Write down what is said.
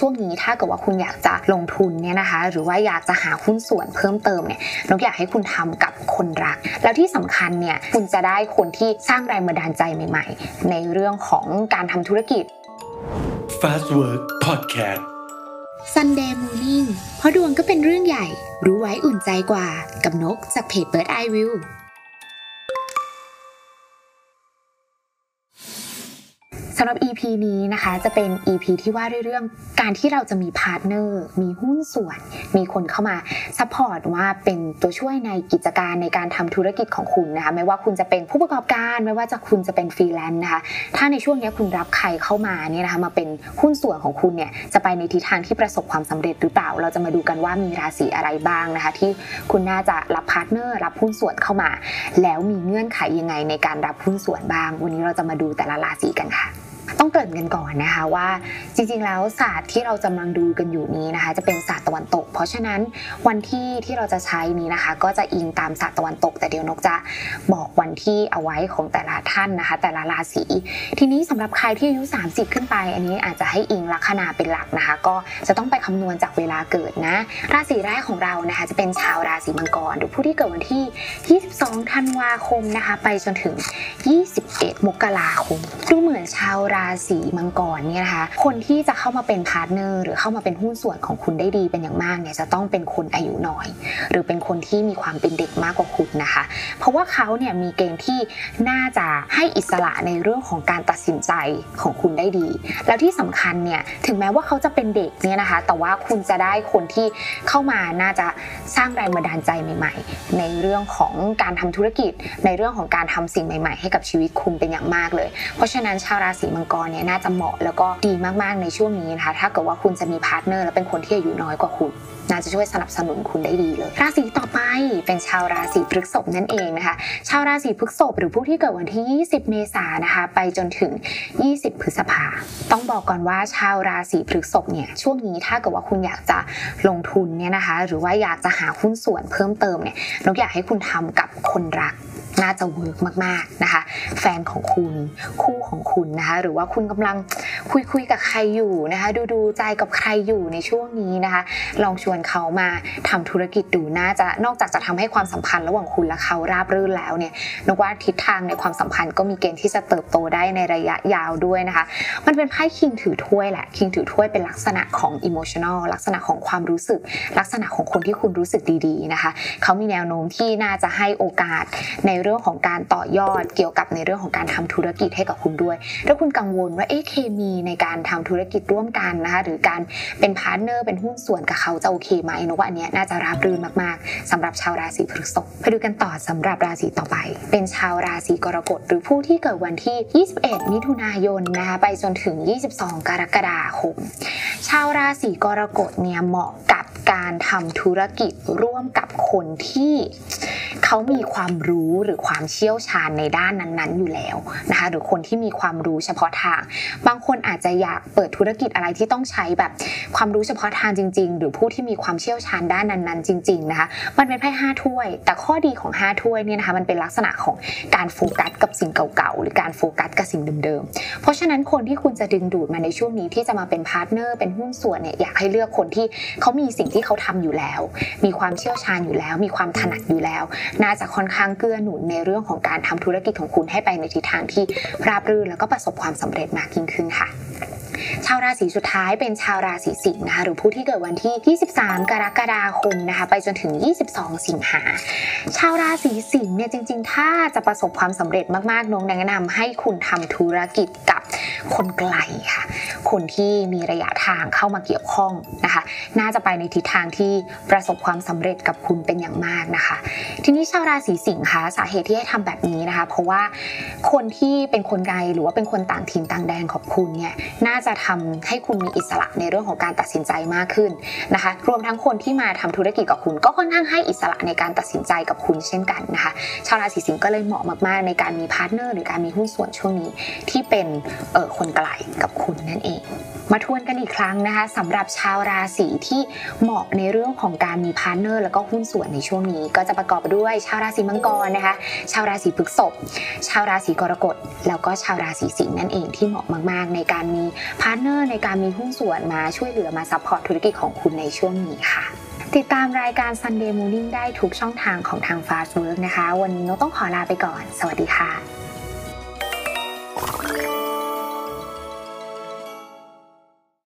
ช่วงนี้ถ้าเกิดว่าคุณอยากจะลงทุนเนี่ยนะคะหรือว่าอยากจะหาหุ้นส่วนเพิ่มเติมเนี่ยนกอยากให้คุณทำกับคนรักแล้วที่สำคัญเนี่ยคุณจะได้คนที่สร้างแรงบันดาลใจใหม่ๆในเรื่องของการทำธุรกิจ Fast Work Podcast Sunday Morning เพราะดวงก็เป็นเรื่องใหญ่รู้ไว้อุ่นใจกว่ากับนกจากเพจ Bird Eye View สำหรับ EP นี้นะคะจะเป็น EP ที่ว่าด้วยเรื่องการที่เราจะมีพาร์ทเนอร์มีหุ้นส่วนมีคนเข้ามาซัพพอร์ตว่าเป็นตัวช่วยในกิจการในการทำธุรกิจของคุณนะคะไม่ว่าคุณจะเป็นผู้ประกอบการไม่ว่าจะคุณจะเป็นฟรีแลนซ์นะคะถ้าในช่วงนี้คุณรับใครเข้ามาเนี่ยนะคะมาเป็นหุ้นส่วนของคุณเนี่ยจะไปในทิศทางที่ประสบความสำเร็จหรือเปล่าเราจะมาดูกันว่ามีราศีอะไรบ้างนะคะที่คุณน่าจะรับพาร์ทเนอร์รับหุ้นส่วนเข้ามาแล้วมีเงื่อนไขยังไงในการรับหุ้นส่วนบ้างวันนี้เราจะมาดูแต่ละราศีกันค่ะต้องเกริ่นกันก่อนนะคะว่าจริงๆแล้วศาสตร์ที่เรากำลังดูกันอยู่นี้นะคะจะเป็นศาสตร์ตะวันตกเพราะฉะนั้นวันที่เราจะใช้นี้นะคะก็จะอิงตามศาสตร์ตะวันตกแต่เดี๋ยวนกจะบอกวันที่เอาไว้ของแต่ละท่านนะคะแต่ละราศีทีนี้สำหรับใครที่อายุ30ขึ้นไปอันนี้อาจจะให้อิงลัคนาเป็นหลักนะคะก็จะต้องไปคำนวณจากเวลาเกิดนะราศีแรกของเรานะคะจะเป็นชาวราศีมังกรหรือผู้ที่เกิดวันที่22ธันวาคมนะคะไปจนถึง21มกราคมดูเหมือนชาวราศีมังกรเนี่ยนะคะคนที่จะเข้ามาเป็นพาร์ทเนอร์หรือเข้ามาเป็นหุ้นส่วนของคุณได้ดีเป็นอย่างมากเนี่ยจะต้องเป็นคนอายุน้อยหรือเป็นคนที่มีความเป็นเด็กมากกว่าคุณนะคะเพราะว่าเขาเนี่ยมีเกณฑ์ที่น่าจะให้อิสระในเรื่องของการตัดสินใจของคุณได้ดีแล้วที่สำคัญเนี่ยถึงแม้ว่าเขาจะเป็นเด็กเนี่ยนะคะแต่ว่าคุณจะได้คนที่เข้ามาน่าจะสร้างแรงบันดาลใจใหม่ๆในเรื่องของการทำธุรกิจในเรื่องของการทำสิ่งใหม่ๆให้กับชีวิตคุณเป็นอย่างมากเลยเพราะฉะนั้นชาวราศีมังกรเนี่ยน่าจะเหมาะแล้วก็ดีมากๆในช่วงนี้นะคะถ้าเกิดว่าคุณจะมีพาร์ทเนอร์และเป็นคนที่อายุน้อยกว่าคุณน่าจะช่วยสนับสนุนคุณได้ดีเลยราศีต่อไปเป็นชาวราศีพฤษภนั่นเองนะคะชาวราศีพฤษภหรือผู้ที่เกิดวันที่20เมษายนนะคะไปจนถึง20พฤษภาต้องบอกก่อนว่าชาวราศีพฤษภเนี่ยช่วงนี้ถ้าเกิดว่าคุณอยากจะลงทุนเนี่ยนะคะหรือว่าอยากจะหาหุ้นส่วนเพิ่มเติมเนี่ยนกอยากให้คุณทำกับคนรักน่าจะเวิร์กมากๆนะคะแฟนของคุณคู่ของคุณนะคะหรือว่าคุณกำลังคุยกับใครอยู่นะคะดูใจกับใครอยู่ในช่วงนี้นะคะลองชวนเขามาทำธุรกิจดูน่าจะนอกจากจะทำให้ความสัมพันธ์ระหว่างคุณและเขาราบรื่นแล้วเนี่ยนกว่าทิศทางในความสัมพันธ์ก็มีเกณฑ์ที่จะเติบโตได้ในระยะยาวด้วยนะคะมันเป็นไพ่คิงถือถ้วยแหละคิงถือถ้วยเป็นลักษณะของอิโมชันนอลลักษณะของความรู้สึกลักษณะของคนที่คุณรู้สึกดีๆนะคะเขามีแนวโน้มที่น่าจะให้โอกาสในเรื่องของการต่อยอดเกี่ยวกับในเรื่องของการทำธุรกิจให้กับคุณด้วยถ้าคุณกังวลว่าเคมีในการทำธุรกิจร่วมกันนะคะหรือการเป็นพาร์ทเนอร์เป็นหุ้นส่วนกับเขาจะโอเคไหมนกว่าอันนี้น่าจะราบรื่นมากๆสำหรับชาวราศีพฤษภไปดูกันต่อสำหรับราศีต่อไปเป็นชาวราศีกรกฎหรือผู้ที่เกิดวันที่21มิถุนายนนะคะไปจนถึง22กรกฎาคมชาวราศีกรกฎเนี่ยเหมาะกับการทำธุรกิจร่วมกับคนที่เขามีความรู้หรือความเชี่ยวชาญในด้านนั้นๆอยู่แล้วนะคะหรือคนที่มีความรู้เฉพาะทางบางคนอาจจะอยากเปิดธุรกิจอะไรที่ต้องใช้แบบความรู้เฉพาะทางจริงๆหรือผู้ที่มีความเชี่ยวชาญด้านนั้นๆจริงๆนะคะมันเป็นไพ่5ถ้วยแต่ข้อดีของ5ถ้วยเนี่ยนะคะมันเป็นลักษณะของการโฟกัสกับสิ่งเก่าๆหรือการโฟกัสกับสิ่งเดิมๆเพราะฉะนั้นคนที่คุณจะดึงดูดมาในช่วงนี้ที่จะมาเป็นพาร์ทเนอร์เป็นหุ้นส่วนเนี่ยอยากให้เลือกคนที่เขามีสิ่งที่เขาทำอยู่แล้วมีความเชี่ยวชาญอยู่แล้วมีความถนัดอยู่แล้วน่าจะค่อนข้างเกื้อหนุนในเรื่องของการทำธุรกิจของคุณให้ไปในทิศทางที่ราบรื่นแล้วก็ประสบความสำเร็จมากยิ่งขึ้นค่ะชาวราศีสุดท้ายเป็นชาวราศีสิงห์นะคะหรือผู้ที่เกิดวันที่23กรกฎาคมนะคะไปจนถึง22สิงหาชาวราศีสิงห์เนี่ยจริงๆถ้าจะประสบความสำเร็จมากๆน้องแนะนำให้คุณทำธุรกิจกับคนไกลค่ะคนที่มีระยะทางเข้ามาเกี่ยวข้องนะคะน่าจะไปในทิศทางที่ประสบความสำเร็จกับคุณเป็นอย่างมากนะคะทีนี้ชาวราศีสิงห์คะสาเหตุที่ให้ทำแบบนี้นะคะเพราะว่าคนที่เป็นคนไกลหรือว่าเป็นคนต่างถิ่นต่างแดนของคุณเนี่ยน่าจะทำให้คุณมีอิสระในเรื่องของการตัดสินใจมากขึ้นนะคะรวมทั้งคนที่มาทำธุรกิจกับคุณก็ค่อนข้างให้อิสระในการตัดสินใจกับคุณเช่นกันนะคะชาวราศีสิงห์ก็เลยเหมาะมากๆในการมีพาร์ทเนอร์หรือการมีหุ้นส่วนช่วงนี้ที่เป็นคนไกลกับคุณนั่นเองมาทวนกันอีกครั้งนะคะสำหรับชาวราศีที่เหมาะในเรื่องของการมีพาร์ทเนอร์แล้วก็หุ้นส่วนในช่วงนี้ก็จะประกอบไปด้วยชาวราศีมังกรนะคะชาวราศีพฤษภชาวราศีกรกฎแล้วก็ชาวราศีสิงห์นั่นเองที่เหมาะมากๆในการมีพาร์ทเนอร์ในการมีหุ้นส่วนมาช่วยเหลือมาซัพพอร์ตธุรกิจของคุณในช่วงนี้ค่ะติดตามรายการ Sunday Morning ได้ทุกช่องทางของทาง Fast Work นะคะวันนี้เราต้องขอลาไปก่อนสวัสดีค่ะ